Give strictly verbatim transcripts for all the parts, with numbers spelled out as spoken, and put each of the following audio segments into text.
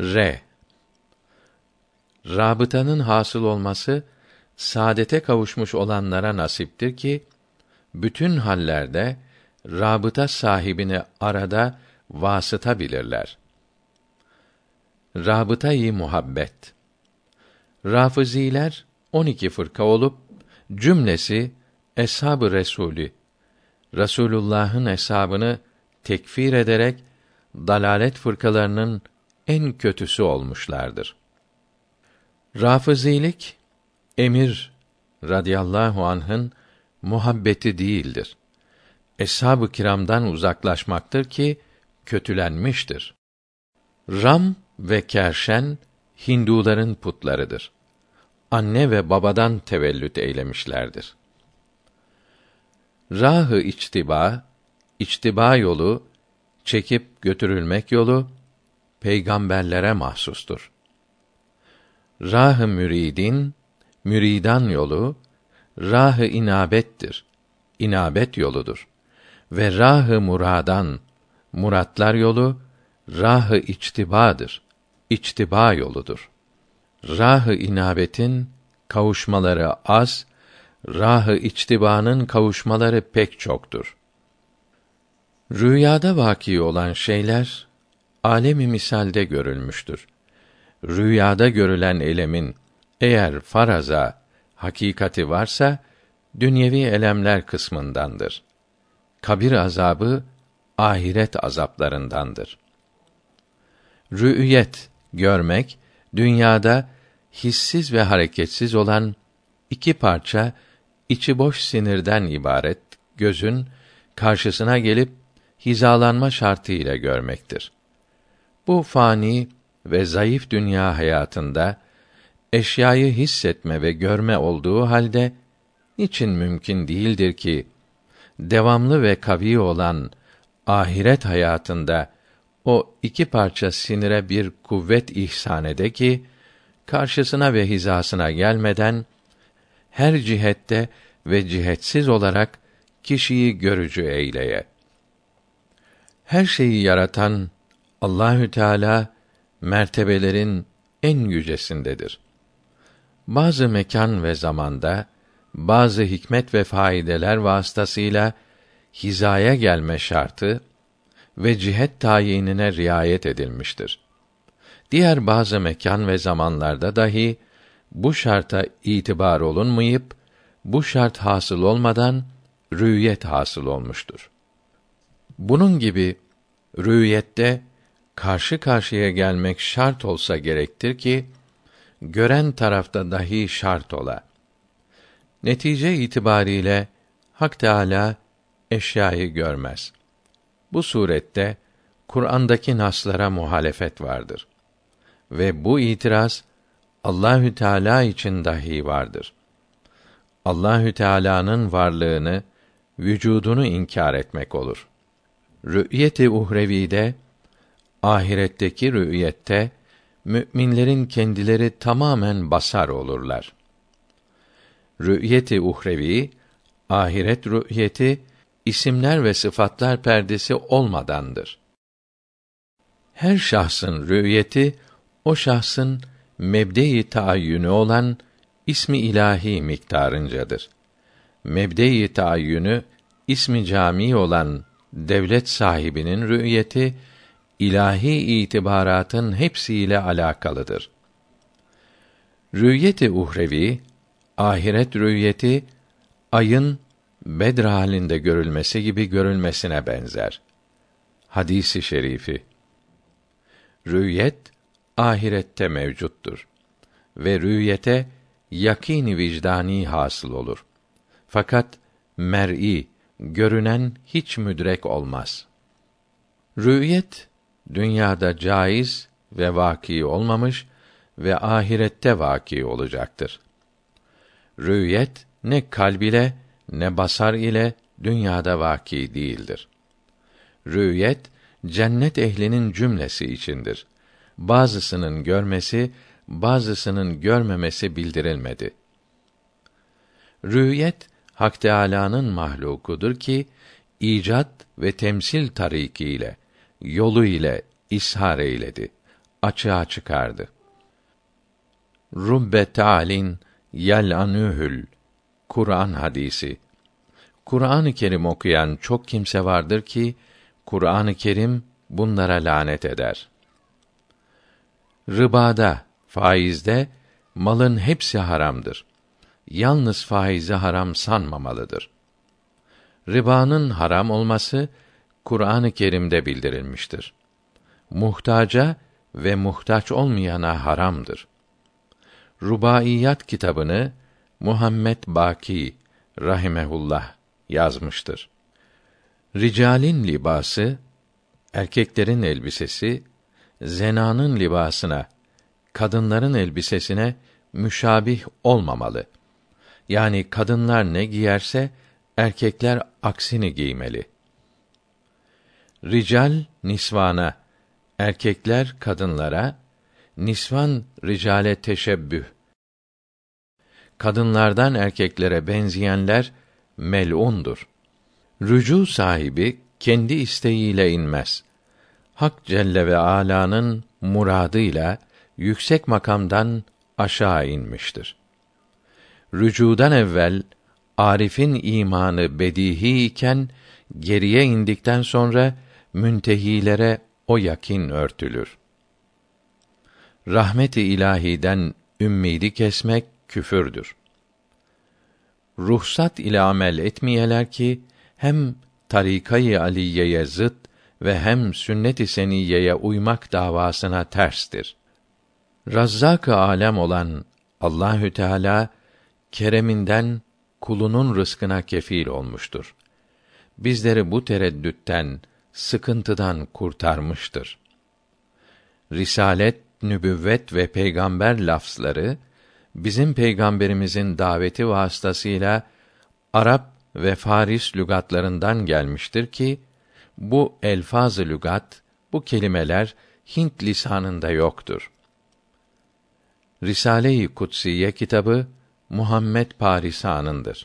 R. Rabıtanın hasıl olması, saadete kavuşmuş olanlara nasiptir ki, bütün hallerde, rabıta sahibini arada vasıta bilirler. Rabıta-i muhabbet. Rafıziler on iki fırka olup, cümlesi eshab-ı Resûlü, Resulullah'ın eshabını tekfir ederek dalalet fırkalarının en kötüsü olmuşlardır. Rafızilik, Emir radıyallahu anh'ın muhabbeti değildir. Eshab-ı kiramdan uzaklaşmaktır ki kötülenmiştir. Ram ve Kerşen Hinduların putlarıdır. Anne ve babadan tevellüt eylemişlerdir. Rah-ı içtiba, içtiba yolu, çekip götürülmek yolu, peygamberlere mahsustur. Rah-ı müridin, müridan yolu, rah-ı inabettir, inabet yoludur. Ve rah-ı muradan, muratlar yolu, rah-ı içtibadır, içtiba yoludur. Rah-ı inabetin kavuşmaları az, rah-ı içtibanın kavuşmaları pek çoktur. Rüyada vâki olan şeyler, alemi misalde görülmüştür. Rüyada görülen elemin eğer faraza hakikati varsa, dünyevi elemler kısmındandır. Kabir azabı ahiret azaplarındandır. Rü'yet, görmek, dünyada hissiz ve hareketsiz olan iki parça içi boş sinirden ibaret gözün karşısına gelip hizalanma şartı ile görmektir. Bu fani ve zayıf dünya hayatında eşyayı hissetme ve görme olduğu halde niçin mümkün değildir ki devamlı ve kavi olan ahiret hayatında o iki parça sinire bir kuvvet ihsan ede ki karşısına ve hizasına gelmeden her cihette ve cihetsiz olarak kişiyi görücü eyleye. Her şeyi yaratan Allahü Teala mertebelerin en yücesindedir. Bazı mekan ve zamanda bazı hikmet ve faydeler vasıtasıyla hizaya gelme şartı ve cihet tayinine riayet edilmiştir. Diğer bazı mekan ve zamanlarda dahi bu şarta itibar olunmayıp bu şart hasıl olmadan rüyet hasıl olmuştur. Bunun gibi rüyette karşı karşıya gelmek şart olsa gerektir ki gören tarafta dahi şart ola. Netice itibariyle Hak Teâlâ eşyayı görmez. Bu surette Kur'an'daki naslara muhalefet vardır. Ve bu itiraz Allahü Teala için dahi vardır. Allahü Teala'nın varlığını, vücudunu inkar etmek olur. Rü'yet-i uhrevi'de, ahiretteki rü'yette müminlerin kendileri tamamen basar olurlar. Rü'yet-i uhrevi, ahiret rü'yeti isimler ve sıfatlar perdesi olmadandır. Her şahsın rü'yeti o şahsın mebde-i taayyünü olan ismi ilahi miktarıncadır. Mebde-i taayyünü ismi cami olan devlet sahibinin rü'yeti ilahi itibaratın hepsiyle alakalıdır. Rü'yet-i uhrevi, ahiret rü'yeti ayın Bedr halinde görülmesi gibi görülmesine benzer. Hadisi şerifi. Rü'yet ahirette mevcuttur ve rü'yete yakîn-i vicdani hasıl olur. Fakat mer'i, görünen hiç müdrek olmaz. Rü'yet dünyada caiz ve vaki olmamış ve ahirette vaki olacaktır. Rü'yet ne kalb ile ne basar ile dünyada vaki değildir. Rü'yet cennet ehlinin cümlesi içindir. Bazısının görmesi, bazısının görmemesi bildirilmedi. Rü'yet Hak Teâlâ'nın mahlukudur ki icat ve temsil tarikiyle, yolu ile ishar eyledi. açığa çıkardı. Rubbe ta'lin yel'anühül Kur'an hadisi. Kur'an-ı Kerim okuyan çok kimse vardır ki Kur'an-ı Kerim bunlara lanet eder. Ribada, faizde malın hepsi haramdır. Yalnız faizi haram sanmamalıdır. Ribanın haram olması Kur'an-ı Kerim'de bildirilmiştir. Muhtaca ve muhtaç olmayana haramdır. Rubaiyat kitabını Muhammed Baki rahimehullah yazmıştır. Ricalin libası, erkeklerin elbisesi, zenanın libasına, kadınların elbisesine müşabih olmamalı. Yani kadınlar ne giyerse erkekler aksini giymeli. Rical nisvana, erkekler kadınlara, nisvan ricale teşebbüh. Kadınlardan erkeklere benzeyenler mel'undur. Rücu sahibi kendi isteğiyle inmez. Hak Celle ve Âlâ'nın muradıyla yüksek makamdan aşağı inmiştir. Rücudan evvel arifin imanı bedihi iken geriye indikten sonra müntehilere o yakin örtülür. Rahmet-i ilahiden ümmidi kesmek küfürdür. Ruhsat ile amel etmeyeler ki hem tarikayı aliyeye zıt ve hem sünnet-i seniyyeye uymak davasına terstir. Razzak-ı alem olan Allahü Teala kereminden kulunun rızkına kefil olmuştur. Bizleri bu tereddütten, sıkıntıdan kurtarmıştır. Risalet, nübüvvet ve peygamber lafzları bizim peygamberimizin daveti vasıtasıyla Arap ve Faris lügatlarından gelmiştir ki bu elfaz-ı lügat, bu kelimeler Hint lisanında yoktur. Risale-i Kutsiye kitabı Muhammed Parisani'ndir.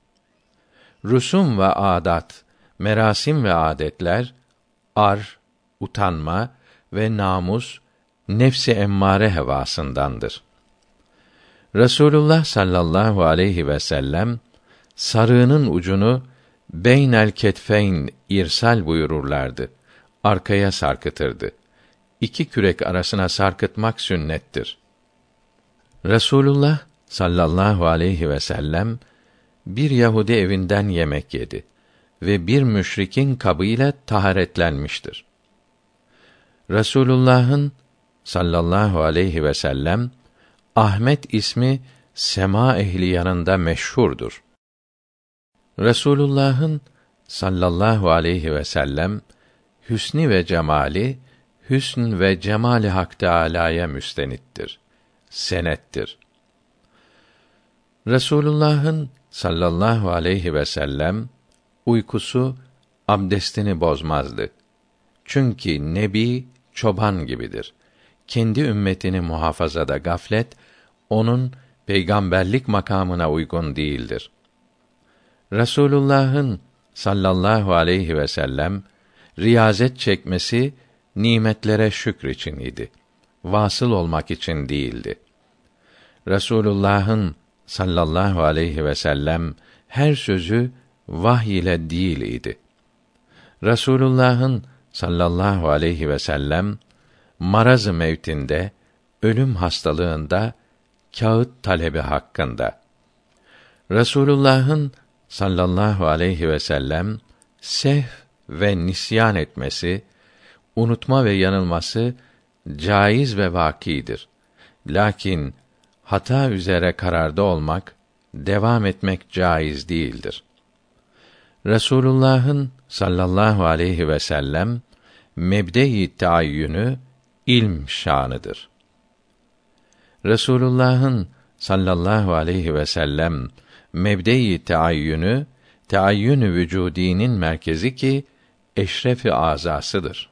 Rusum ve adat, merasim ve adetler, ar, utanma ve namus, nefs-i emmare hevasındandır. Resulullah sallallahu aleyhi ve sellem sarığının ucunu beynel ketfeyn irsal buyururlardı. Arkaya sarkıtırdı. İki kürek arasına sarkıtmak sünnettir. Resulullah sallallahu aleyhi ve sellem bir Yahudi evinden yemek yedi ve bir müşrikin kabıyla taharetlenmiştir. Resulullah'ın sallallahu aleyhi ve sellem Ahmet ismi sema ehli yanında meşhurdur. Resulullah'ın sallallahu aleyhi ve sellem hüsnü ve cemali, hüsn ve cemali Hak Teâlâ'ya müstenittir, senettir. Resulullah'ın sallallahu aleyhi ve sellem uykusu abdestini bozmazdı. Çünkü nebi çoban gibidir. Kendi ümmetini muhafazada gaflet onun peygamberlik makamına uygun değildir. Resulullah'ın sallallahu aleyhi ve sellem riyazet çekmesi nimetlere şükür için idi. Vasıl olmak için değildi. Resulullah'ın sallallahu aleyhi ve sellem her sözü vahiy ile değil idi. Resulullah'ın sallallahu aleyhi ve sellem maraz-ı mevtinde, ölüm hastalığında kağıt talebi hakkında. Resulullah'ın sallallahu aleyhi ve sellem sehv ve nisyan etmesi, unutma ve yanılması caiz ve vâkidir. Lakin hata üzere kararda olmak, devam etmek caiz değildir. Resulullah'ın sallallahu aleyhi ve sellem mebde-i taayyünü ilm şanıdır. Resulullah'ın sallallahu aleyhi ve sellem mebde-i taayyünü taayyün-ü vücudînin merkezi ki eşref-i azasıdır.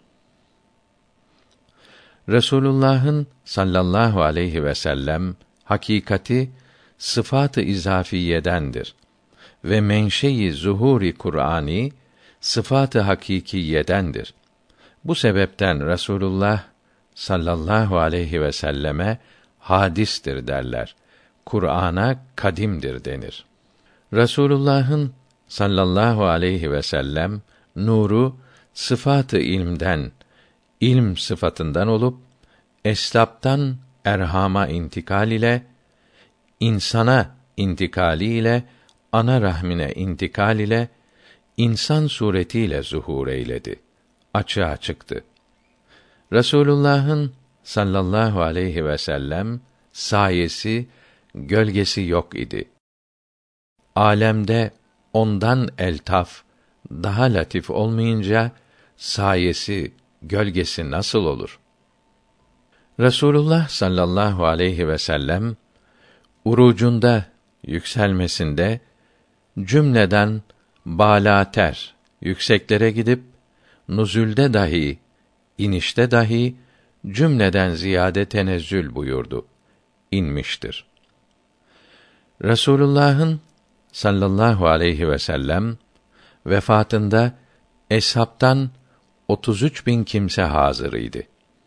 Resulullah'ın sallallahu aleyhi ve sellem hakikati sıfat-ı izafiyedendir ve menşe-i zuhur-i Kur'ani sıfat-ı hakikiyedendir. Bu sebepten Resulullah sallallahu aleyhi ve selleme hadistir derler. Kur'an'a kadimdir denir. Resulullah'ın sallallahu aleyhi ve sellem nuru sıfatı ilmden, ilm sıfatından olup eslaptan erhama intikal ile, insana intikali ile, ana rahmine intikal ile, insan suretiyle zuhur eyledi. Açığa çıktı. Resulullah'ın sallallahu aleyhi ve sellem sayesi, gölgesi yok idi. Alemde ondan eltaf, daha latif olmayınca sayesi, gölgesi nasıl olur? Resulullah sallallahu aleyhi ve sellem urucunda, yükselmesinde cümleden balater, yükseklere gidip nuzulde dahi, inişte dahi cümleden ziyade tenezzül buyurdu. İnmiştir. Resulullah'ın sallallahu aleyhi ve sellem vefatında eshabtan otuz üç bin kimse hazır idi.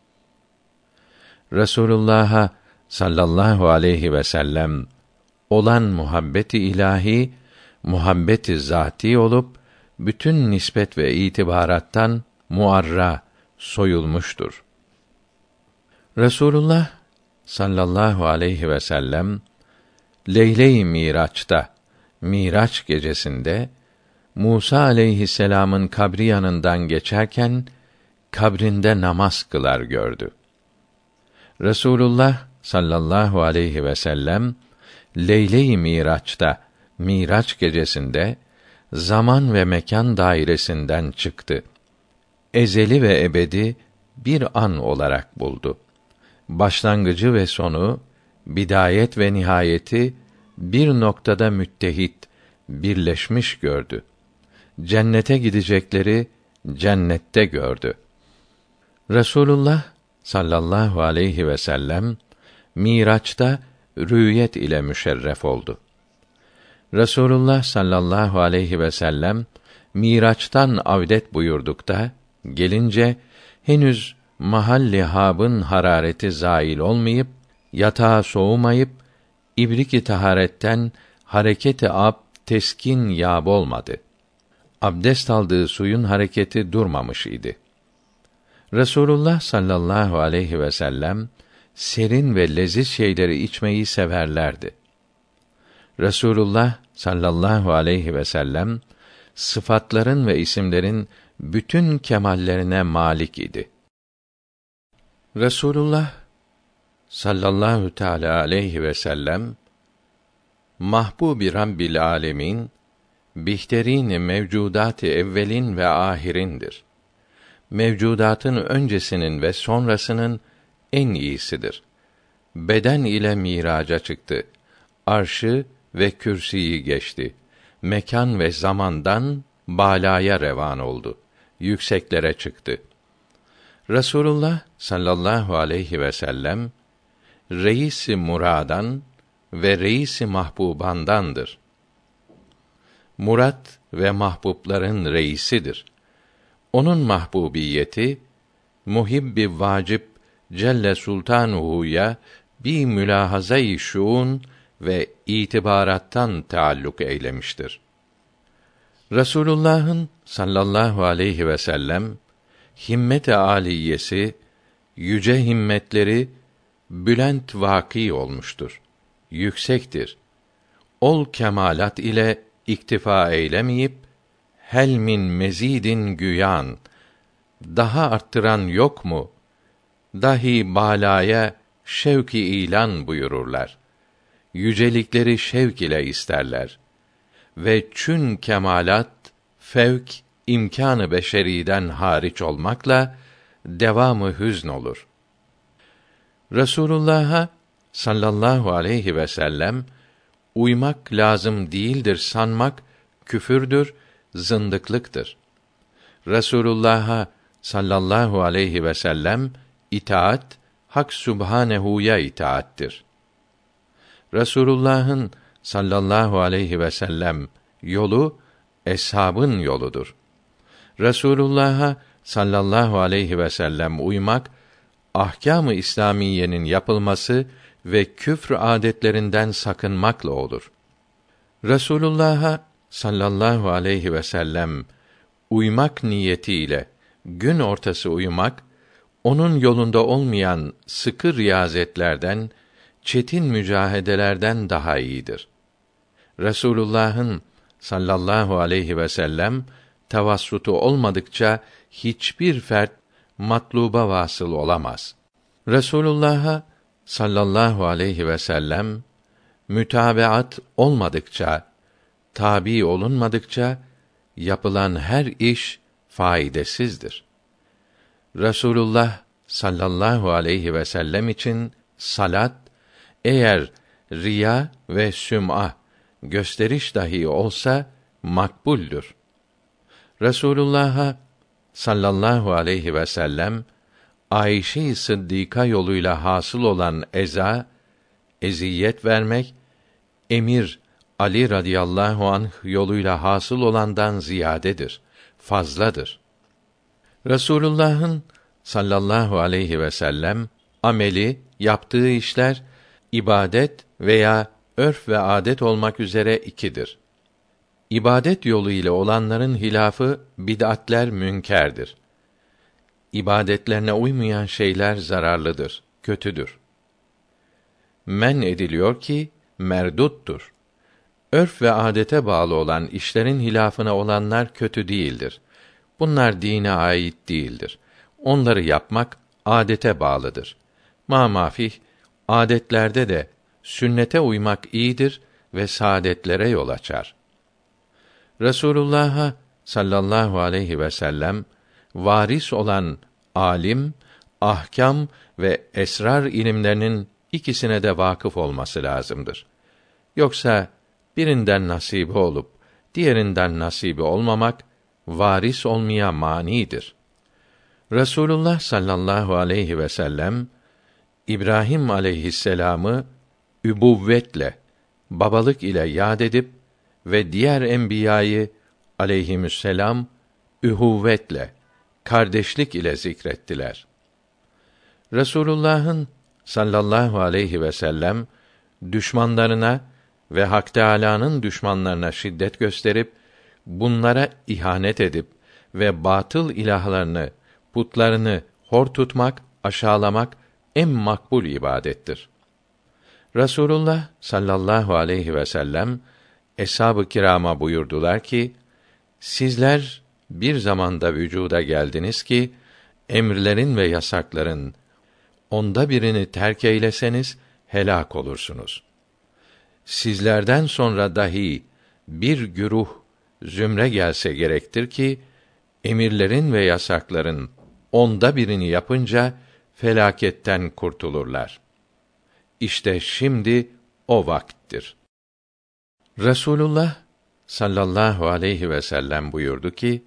Resulullah'a sallallahu aleyhi ve sellem olan muhabbeti ilahi, muhabbeti zati olup bütün nispet ve itibarattan muarra, soyulmuştur. Resulullah sallallahu aleyhi ve sellem Leyle-i Miraç'ta, Miraç gecesinde Musa aleyhisselam'ın kabri yanından geçerken kabrinde namaz kılar gördü. Resulullah sallallahu aleyhi ve sellem Leyle-i Miraç'ta, Miraç gecesinde zaman ve mekan dairesinden çıktı. Ezeli ve ebedi bir an olarak buldu. Başlangıcı ve sonu, bidayet ve nihayeti bir noktada müttehit, birleşmiş gördü. Cennete gidecekleri cennette gördü. Resulullah sallallahu aleyhi ve sellem Miraç'ta rüyet ile müşerref oldu. Resulullah sallallahu aleyhi ve sellem Miraç'tan avdet buyurdukta gelince henüz mahalli habın harareti zail olmayıp, yatağa soğumayıp, ibrik-i taharetten hareket-i ab teskin yâb olmadı. Abdest aldığı suyun hareketi durmamış idi. Resulullah sallallahu aleyhi ve sellem serin ve leziz şeyleri içmeyi severlerdi. Resulullah sallallahu aleyhi ve sellem sıfatların ve isimlerin bütün kemallerine malik idi. Resulullah sallallahu teâlâ aleyhi ve sellem Mahbûb-i Rabbil âlemin, bihterin-i mevcudat-ı evvelin ve âhirindir. Mevcudatın öncesinin ve sonrasının en iyisidir. Beden ile miraca çıktı. Arşı ve kürsüyü geçti. Mekan ve zamandan balaya revan oldu. Yükseklere çıktı. Resulullah sallallahu aleyhi ve sellem reis-i muradan ve reis-i mahbubandandır. Murat ve mahbubların reisidir. Onun mahbubiyeti muhibbi vacip Celle Sultanuhu'ya bir mülahazayı şuun ve itibarattan taalluk eylemiştir. Resulullah'ın sallallahu aleyhi ve sellem himmet-i âliyesi, yüce himmetleri bülent vâkî olmuştur. Yüksektir. Ol kemalat ile iktifa eylemeyip hel min mezidin güyan, daha arttıran yok mu? Dahi balaya şevk-i ilan buyururlar. Yücelikleri şevk ile isterler. Ve çün kemalat fevk imkânı beşeriden hariç olmakla devamı hüzn olur. Resulullah'a sallallahu aleyhi ve sellem uymak lazım değildir sanmak küfürdür, zındıklıktır. Resulullah'a sallallahu aleyhi ve sellem itaat Hak Sübhanehu'ya itaattir. Resulullah'ın sallallahu aleyhi ve sellem yolu eshabın yoludur. Resulullah'a sallallahu aleyhi ve sellem uymak ahkâm-ı İslamiyenin yapılması ve küfr adetlerinden sakınmakla olur. Resulullah'a sallallahu aleyhi ve sellem uymak niyetiyle gün ortası uyumak, onun yolunda olmayan sıkı riyazetlerden, çetin mücahedelerden daha iyidir. Resulullah'ın sallallahu aleyhi ve sellem tavassutu olmadıkça hiçbir fert matluba vasıl olamaz. Resulullah'a sallallahu aleyhi ve sellem mütabeat olmadıkça, tabi olunmadıkça yapılan her iş faydasızdır. Resulullah sallallahu aleyhi ve sellem için salat eğer riya ve süm'a gösteriş dahi olsa makbuldür. Resulullah'a sallallahu aleyhi ve sellem Ayşe-i Sıddîka yoluyla hasıl olan eza, eziyet vermek, Emir Ali radıyallahu anh yoluyla hasıl olandan ziyadedir, fazladır. Resulullah'ın sallallahu aleyhi ve sellem ameli, yaptığı işler ibadet veya örf ve adet olmak üzere ikidir. İbadet yolu ile olanların hilafı bid'atler münkerdir. İbadetlerine uymayan şeyler zararlıdır, kötüdür. Men ediliyor ki merduttur. Örf ve adete bağlı olan işlerin hilafına olanlar kötü değildir. Bunlar dine ait değildir. Onları yapmak adete bağlıdır. Ma mafih, adetlerde de sünnete uymak iyidir ve saadetlere yol açar. Resulullah'a sallallahu aleyhi ve sellem varis olan alim, ahkam ve esrar ilimlerinin ikisine de vakıf olması lazımdır. Yoksa birinden nasibi olup diğerinden nasibi olmamak varis olmaya manidir. Resulullah sallallahu aleyhi ve sellem İbrahim aleyhisselamı übuvvetle, babalık ile yad edip ve diğer enbiyayı aleyhisselam ühuvvetle, kardeşlik ile zikrettiler. Resulullah'ın sallallahu aleyhi ve sellem düşmanlarına ve Hak Teâlâ'nın düşmanlarına şiddet gösterip bunlara ihanet edip ve batıl ilahlarını, putlarını hor tutmak, aşağılamak en makbul ibadettir. Resulullah sallallahu aleyhi ve sellem eshab-ı kirama buyurdular ki: Sizler bir zamanda vücuda geldiniz ki emirlerin ve yasakların onda birini terk eyleseniz helak olursunuz. Sizlerden sonra dahi bir güruh zümre gelse gerektir ki emirlerin ve yasakların onda birini yapınca felaketten kurtulurlar. İşte şimdi o vakittir. Resulullah sallallahu aleyhi ve sellem buyurdu ki: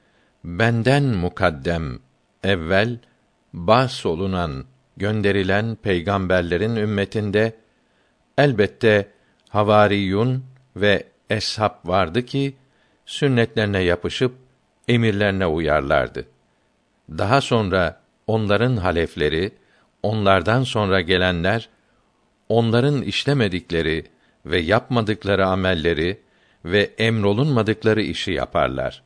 Benden mukaddem, evvel bas olunan, gönderilen peygamberlerin ümmetinde elbette havariyun ve eshab vardı ki sünnetlerine yapışıp emirlerine uyarlardı. Daha sonra onların halefleri, onlardan sonra gelenler onların işlemedikleri ve yapmadıkları amelleri ve emrolunmadıkları işi yaparlar.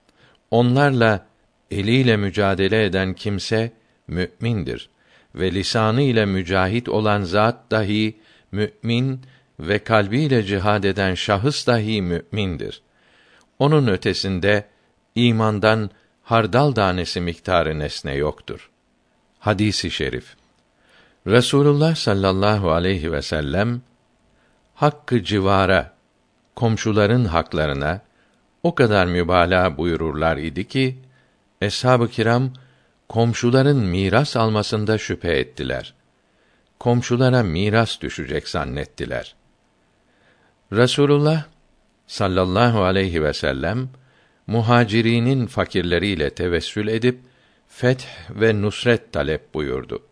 Onlarla eliyle mücadele eden kimse mü'mindir ve lisanı ile mücahit olan zat dahi mü'min ve kalbiyle cihad eden şahıs dahi mü'mindir. Onun ötesinde imandan hardal tanesi miktarı nesne yoktur. Hadisi şerif. Resulullah sallallahu aleyhi ve sellem hakkı civara, komşuların haklarına o kadar mübalağa buyururlar idi ki eshab-ı kiram komşuların miras almasında şüphe ettiler. Komşulara miras düşecek zannettiler. Resulullah sallallahu aleyhi ve sellem muhacirinin fakirleriyle tevessül edip feth ve nusret talep buyurdu.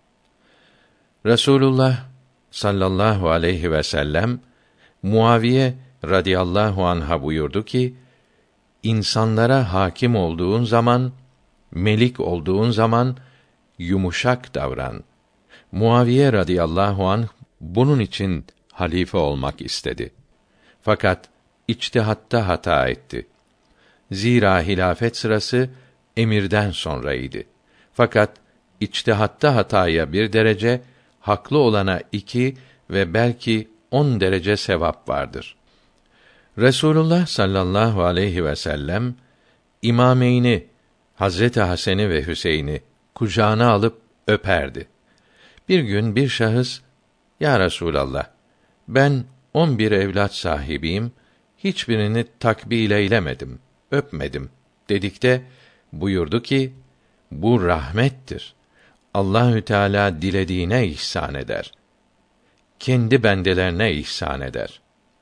Resulullah sallallahu aleyhi ve sellem Muaviye radıyallahu anh'a buyurdu ki: İnsanlara hakim olduğun zaman, melik olduğun zaman yumuşak davran. Muaviye radıyallahu anh bunun için halife olmak istedi. Fakat içtihatta hata etti. Zira hilafet sırası emirden sonraydı. Fakat içtihatta hataya bir derece, haklı olana iki ve belki on derece sevap vardır. Resulullah sallallahu aleyhi ve sellem İmameyni Hazreti Hasen'i ve Hüseyin'i kucağına alıp öperdi. Bir gün bir şahıs, "Ya Resulallah, ben on bir evlat sahibiyim, hiçbirini takbil eylemedim, öpmedim." dedikte buyurdu ki, "Bu rahmettir. Allahü Teala dilediğine ihsan eder. Kendi bendelerine ihsan eder."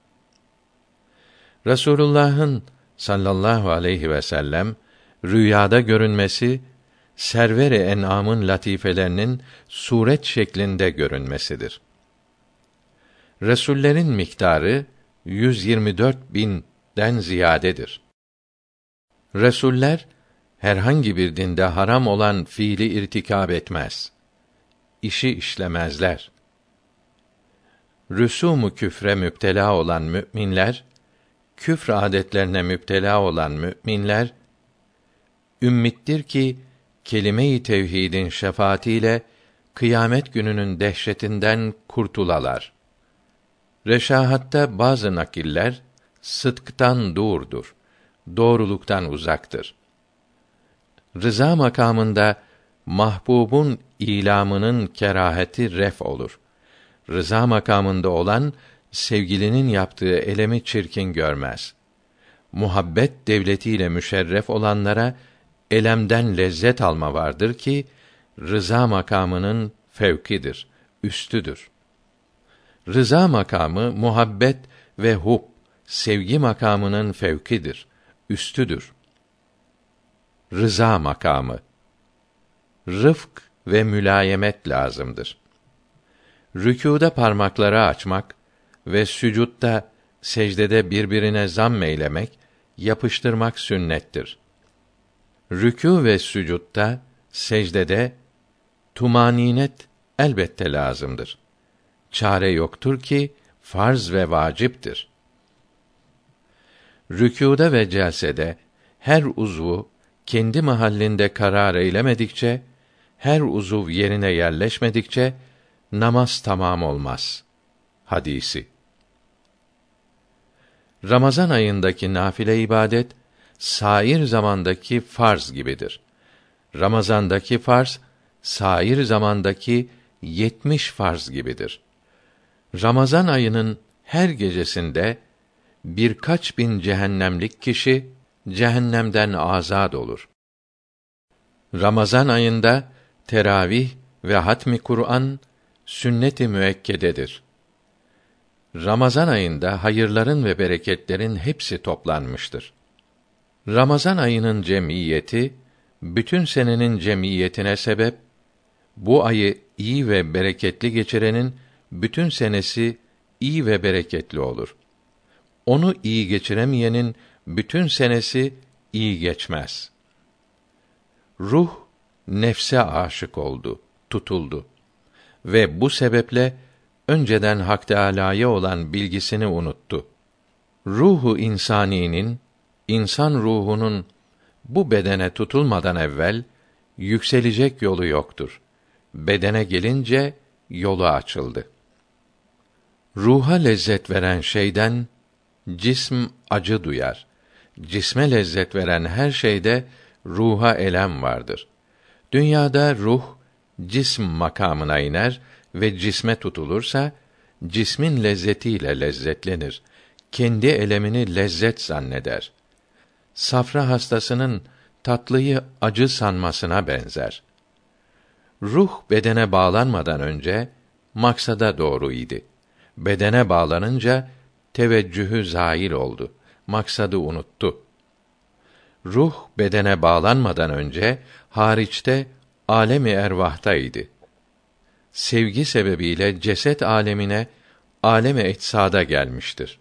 Resulullah'ın sallallahu aleyhi ve sellem rüyada görünmesi, server-i en'amın latifelerinin suret şeklinde görünmesidir. Resullerin miktarı yüz yirmi dört binden ziyadedir. Resuller herhangi bir dinde haram olan fiili irtikab etmez. İşi işlemezler. Rüsûm-u küfre müptela olan müminler, küfr adetlerine müptela olan müminler, ümmittir ki kelime-i tevhidin şefaatiyle kıyamet gününün dehşetinden kurtulalar. Reşahatta bazı nakiller sıdktan durdur, doğruluktan uzaktır. Rıza makamında mahbubun ilamının keraheti ref olur. Rıza makamında olan sevgilinin yaptığı elemi çirkin görmez. Muhabbet devletiyle müşerref olanlara elemden lezzet alma vardır ki rıza makamının fevkidir, üstüdür. Rıza makamı muhabbet ve hub, sevgi makamının fevkidir, üstüdür. Rıza makamı rıfk ve mülayemet lazımdır. Rükûda parmakları açmak ve sücutta, secdede birbirine zamm eylemek, yapıştırmak sünnettir. Rükû ve sücutta, secdede tumaninet elbette lazımdır. Çare yoktur ki farz ve vaciptir. Rükûda ve celsede her uzvu kendi mahallinde karar eylemedikçe, her uzuv yerine yerleşmedikçe namaz tamam olmaz. Hadisi. Ramazan ayındaki nafile ibadet sair zamandaki farz gibidir. Ramazandaki farz sair zamandaki yetmiş farz gibidir. Ramazan ayının her gecesinde birkaç bin cehennemlik kişi cehennemden azad olur. Ramazan ayında teravih ve hatmi Kur'an sünnet-i müekkededir. Ramazan ayında hayırların ve bereketlerin hepsi toplanmıştır. Ramazan ayının cemiyeti bütün senenin cemiyetine sebep, bu ayı iyi ve bereketli geçirenin bütün senesi iyi ve bereketli olur. Onu iyi geçiremeyenin bütün senesi iyi geçmez. Ruh nefse aşık oldu, tutuldu ve bu sebeple önceden Hak Teâlâ'ya olan bilgisini unuttu. Ruhu insaninin, insan ruhunun bu bedene tutulmadan evvel yükselecek yolu yoktur. Bedene gelince yolu açıldı. Ruha lezzet veren şeyden cism acı duyar. Cisme lezzet veren her şeyde ruha elem vardır. Dünyada ruh cism makamına iner ve cisme tutulursa cismin lezzetiyle lezzetlenir. Kendi elemini lezzet zanneder. Safra hastasının tatlıyı acı sanmasına benzer. Ruh bedene bağlanmadan önce maksada doğru idi. Bedene bağlanınca teveccühü zail oldu. Maksadı unuttu. Ruh bedene bağlanmadan önce hariçte alemi ervahtaydı. Sevgi sebebiyle ceset alemine, aleme etsada gelmiştir.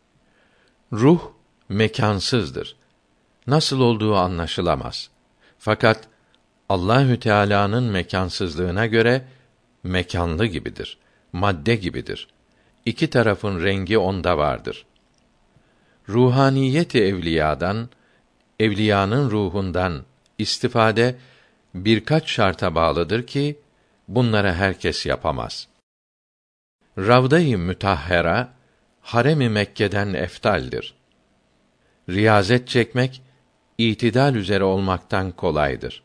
Ruh mekansızdır. Nasıl olduğu anlaşılamaz. Fakat Allahü Teala'nın mekansızlığına göre mekanlı gibidir, madde gibidir. İki tarafın rengi onda vardır. Ruhaniyeti evliyadan, evliyanın ruhundan istifade birkaç şarta bağlıdır ki bunları herkes yapamaz. Ravda-i Mütahhera harem-i Mekke'den eftaldir. Riyazet çekmek itidal üzere olmaktan kolaydır.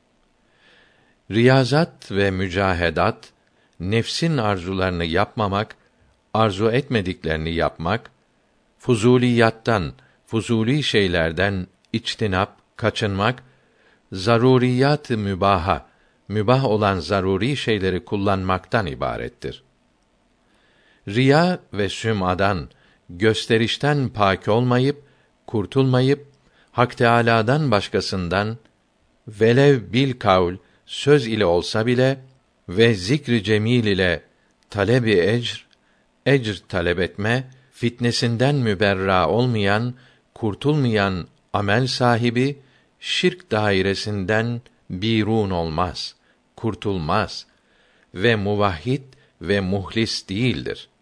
Riyazat ve mücahedat, nefsin arzularını yapmamak, arzu etmediklerini yapmak, fuzuliyattan, fuzuli şeylerden içtinap, kaçınmak, zaruriyat-ı mübaha, mübah olan zaruri şeyleri kullanmaktan ibarettir. Riya ve süm'adan, gösterişten pâk olmayıp, kurtulmayıp, Hak Teâlâ'dan başkasından, velev bil kavl, söz ile olsa bile ve zikr-i cemil ile taleb-i ecr, ecr talep etme, fitnesinden müberra olmayan, kurtulmayan amel sahibi, şirk dairesinden birun olmaz, kurtulmaz ve muvahhid ve muhlis değildir.